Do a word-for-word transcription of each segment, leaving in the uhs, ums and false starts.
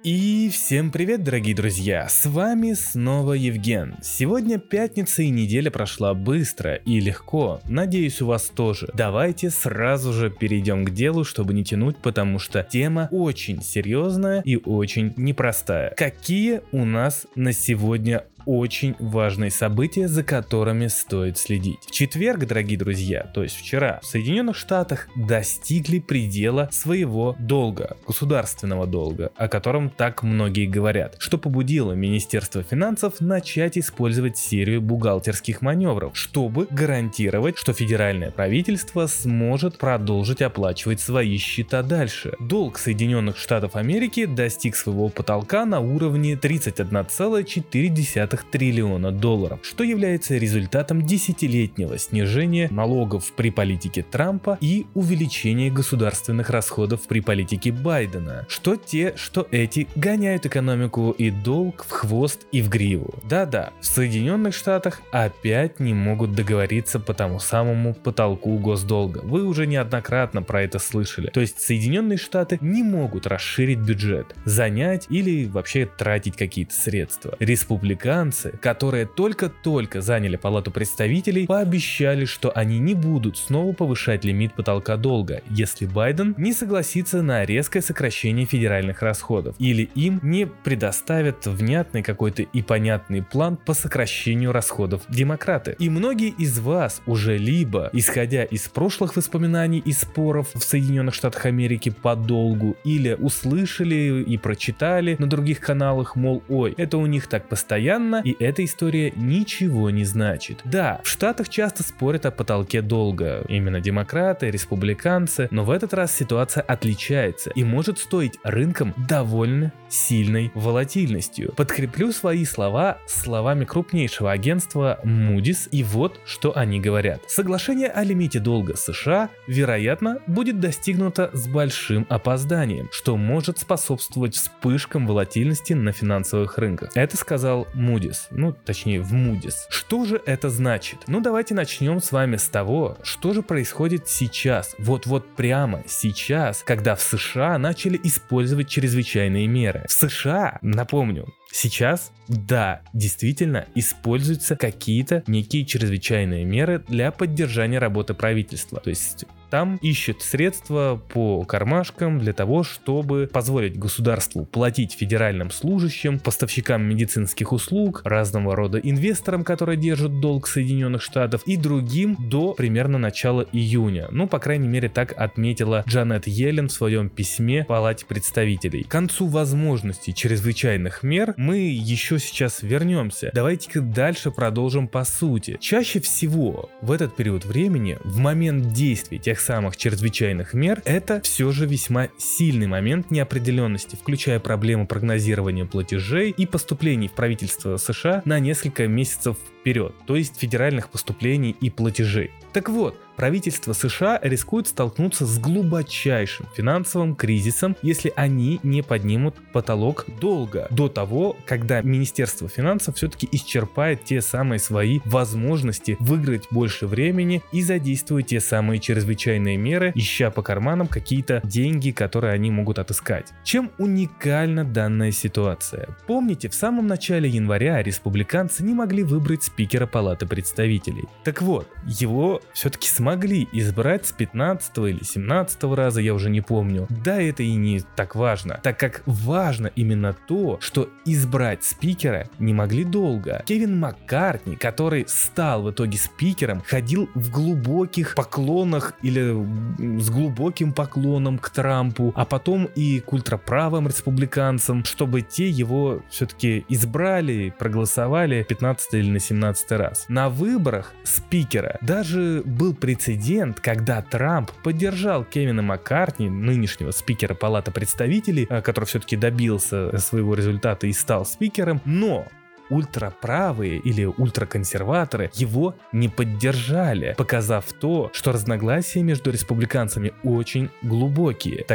И всем привет, дорогие друзья, с вами снова Евген. Сегодня пятница и неделя прошла быстро и легко, надеюсь, у вас тоже. Давайте сразу же перейдем к делу, чтобы не тянуть, потому что тема очень серьезная и очень непростая. Какие у нас на сегодня очень важные события, за которыми стоит следить. В четверг, дорогие друзья, то есть вчера, в Соединенных Штатах достигли предела своего долга, государственного долга, о котором так многие говорят, что побудило Министерство финансов начать использовать серию бухгалтерских маневров, чтобы гарантировать, что федеральное правительство сможет продолжить оплачивать свои счета дальше. Долг Соединенных Штатов Америки достиг своего потолка на уровне тридцать одна целая четыре десятых триллиона долларов, что является результатом десятилетнего снижения налогов при политике Трампа и увеличения государственных расходов при политике Байдена. Что те, что эти гоняют экономику и долг в хвост и в гриву. Да-да, в Соединенных Штатах опять не могут договориться по тому самому потолку госдолга. Вы уже неоднократно про это слышали. То есть Соединенные Штаты не могут расширить бюджет, занять или вообще тратить какие-то средства. Республиканцы, которые только-только заняли Палату представителей, пообещали, что они не будут снова повышать лимит потолка долга, если Байден не согласится на резкое сокращение федеральных расходов, или им не предоставят внятный какой-то и понятный план по сокращению расходов демократы. И многие из вас уже либо, исходя из прошлых воспоминаний и споров в Соединенных Штатах Америки по долгу, или услышали и прочитали на других каналах, мол, ой, это у них так постоянно, и эта история ничего не значит. Да, в Штатах часто спорят о потолке долга, именно демократы, республиканцы, но в этот раз ситуация отличается и может стоить рынкам довольно сильной волатильностью. Подкреплю свои слова словами крупнейшего агентства Moody's, и вот что они говорят. Соглашение о лимите долга США, вероятно, будет достигнуто с большим опозданием, что может способствовать вспышкам волатильности на финансовых рынках. Это сказал Moody's. Ну, точнее, в Moody's. Что же это значит? Ну, давайте начнем с вами с того, что же происходит сейчас, вот-вот прямо сейчас, когда в США начали использовать чрезвычайные меры. В США, напомню, сейчас, да, действительно используются какие-то некие чрезвычайные меры для поддержания работы правительства. То есть там ищут средства по кармашкам для того, чтобы позволить государству платить федеральным служащим, поставщикам медицинских услуг, разного рода инвесторам, которые держат долг Соединенных Штатов, и другим до примерно начала июня. Ну, по крайней мере, так отметила Джанет Йеллен в своем письме Палате представителей. К концу возможностей чрезвычайных мер мы еще сейчас вернемся. Давайте-ка дальше продолжим по сути. Чаще всего в этот период времени, в момент действия тех самых чрезвычайных мер, это все же весьма сильный момент неопределенности, включая проблему прогнозирования платежей и поступлений в правительство США на несколько месяцев вперед, то есть федеральных поступлений и платежей. Так вот, правительство США рискует столкнуться с глубочайшим финансовым кризисом, если они не поднимут потолок долга до того, когда Министерство финансов все-таки исчерпает те самые свои возможности выиграть больше времени и задействует те самые чрезвычайные меры, ища по карманам какие-то деньги, которые они могут отыскать. Чем уникальна данная ситуация? Помните, в самом начале января республиканцы не могли выбрать спикера Палаты представителей. Так вот, его все-таки смогли избрать с пятнадцатого или семнадцатого раза, я уже не помню. Да, это и не так важно, так как важно именно то, что избрать спикера не могли долго. Кевин Маккартни, который стал в итоге спикером, ходил в глубоких поклонах или с глубоким поклоном к Трампу, а потом и к ультраправым республиканцам, чтобы те его все-таки избрали, проголосовали пятнадцатый или на семнадцатый раз. На выборах спикера даже был прецедент, когда Трамп поддержал Кевина Маккартни, нынешнего спикера Палаты представителей, который все-таки добился своего результата и стал спикером, но ультраправые или ультраконсерваторы его не поддержали, показав то, что разногласия между республиканцами очень глубокие, так как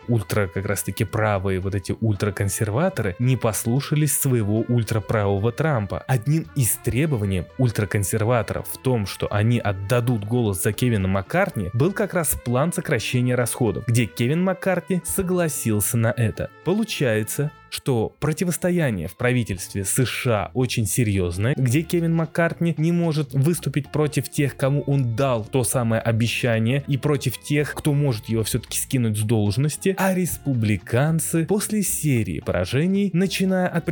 ультра как раз таки правые вот эти ультраконсерваторы не послушались своего ультраправого Трампа. Одним из требований ультраконсерваторов в том, что они отдадут голос за Кевина Маккартни, был как раз план сокращения расходов, где Кевин Маккартни согласился на это. Получается, что противостояние в правительстве США очень серьезное, где Кевин Маккартни не может выступить против тех, кому он дал то самое обещание, и против тех, кто может его все-таки скинуть с должности, а республиканцы после серии поражений, начиная от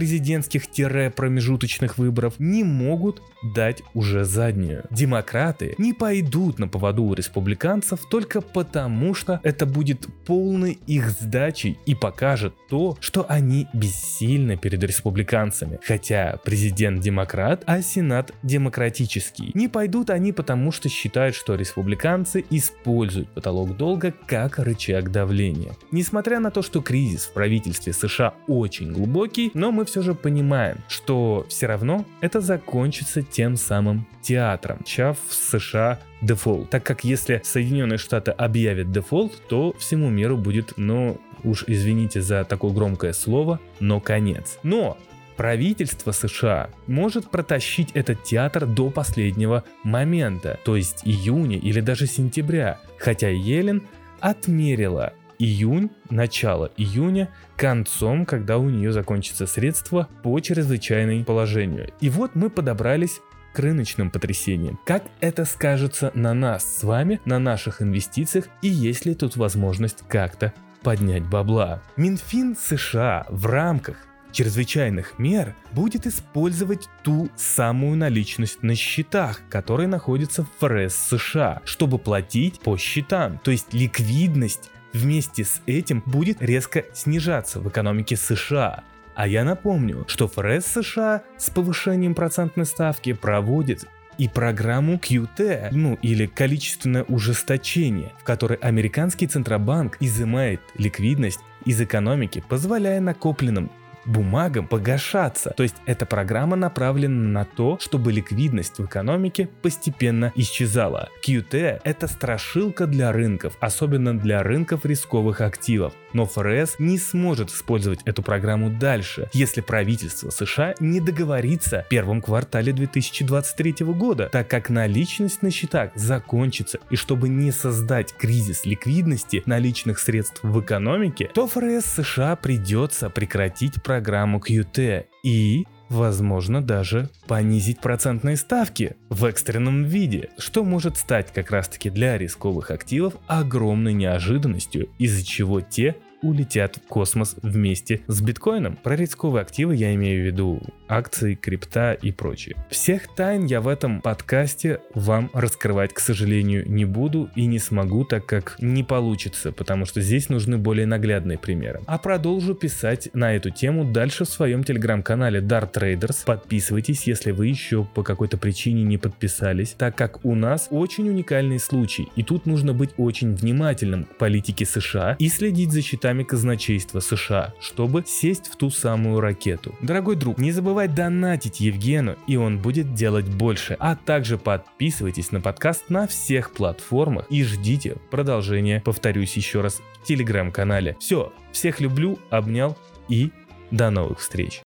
президентских-промежуточных выборов, не могут дать уже заднюю. Демократы не пойдут на поводу у республиканцев только потому, что это будет полной их сдачей и покажет то, что они бессильны перед республиканцами. Хотя президент демократ, а сенат демократический. Не пойдут они потому, что считают, что республиканцы используют потолок долга как рычаг давления. Несмотря на то, что кризис в правительстве США очень глубокий, но мы все же понимаем, что все равно это закончится тем самым театром, начав в США дефолт. Так как если Соединенные Штаты объявят дефолт, то всему миру будет, ну, уж извините за такое громкое слово, но конец. Но правительство США может протащить этот театр до последнего момента, то есть июня или даже сентября, хотя Йеллен отмерила июнь, начало июня, концом, когда у нее закончатся средства по чрезвычайному положению. И вот мы подобрались к рыночным потрясениям. Как это скажется на нас с вами, на наших инвестициях, и есть ли тут возможность как-то поднять бабла? Минфин США в рамках чрезвычайных мер будет использовать ту самую наличность на счетах, которые находятся в ФРС США, чтобы платить по счетам. То есть ликвидность вместе с этим будет резко снижаться в экономике США. А я напомню, что ФРС США с повышением процентной ставки проводит и программу кью ти, ну или количественное ужесточение, в которой американский Центробанк изымает ликвидность из экономики, позволяя накопленным бумагам погашаться. То есть эта программа направлена на то, чтобы ликвидность в экономике постепенно исчезала. кью ти – это страшилка для рынков, особенно для рынков рисковых активов. Но ФРС не сможет использовать эту программу дальше, если правительство США не договорится в первом квартале две тысячи двадцать третьего года, так как наличность на счетах закончится, и чтобы не создать кризис ликвидности наличных средств в экономике, то ФРС США придется прекратить программу кью ти и, возможно, даже понизить процентные ставки в экстренном виде, что может стать как раз-таки для рисковых активов огромной неожиданностью, из-за чего те улетят в космос вместе с биткоином. Про рисковые активы я имею в виду акции, крипта и прочее. Всех тайн я в этом подкасте вам раскрывать, к сожалению, не буду и не смогу, так как не получится, потому что здесь нужны более наглядные примеры. А продолжу писать на эту тему дальше в своем телеграм-канале Dart Traders. Подписывайтесь, если вы еще по какой-то причине не подписались, так как у нас очень уникальный случай, и тут нужно быть очень внимательным к политике США и следить за счетами казначейства США, чтобы сесть в ту самую ракету. Дорогой друг, не забывай донатить Евгену, и он будет делать больше. А также подписывайтесь на подкаст на всех платформах и ждите продолжения, повторюсь еще раз, в телеграм-канале. Все, всех люблю, обнял и до новых встреч.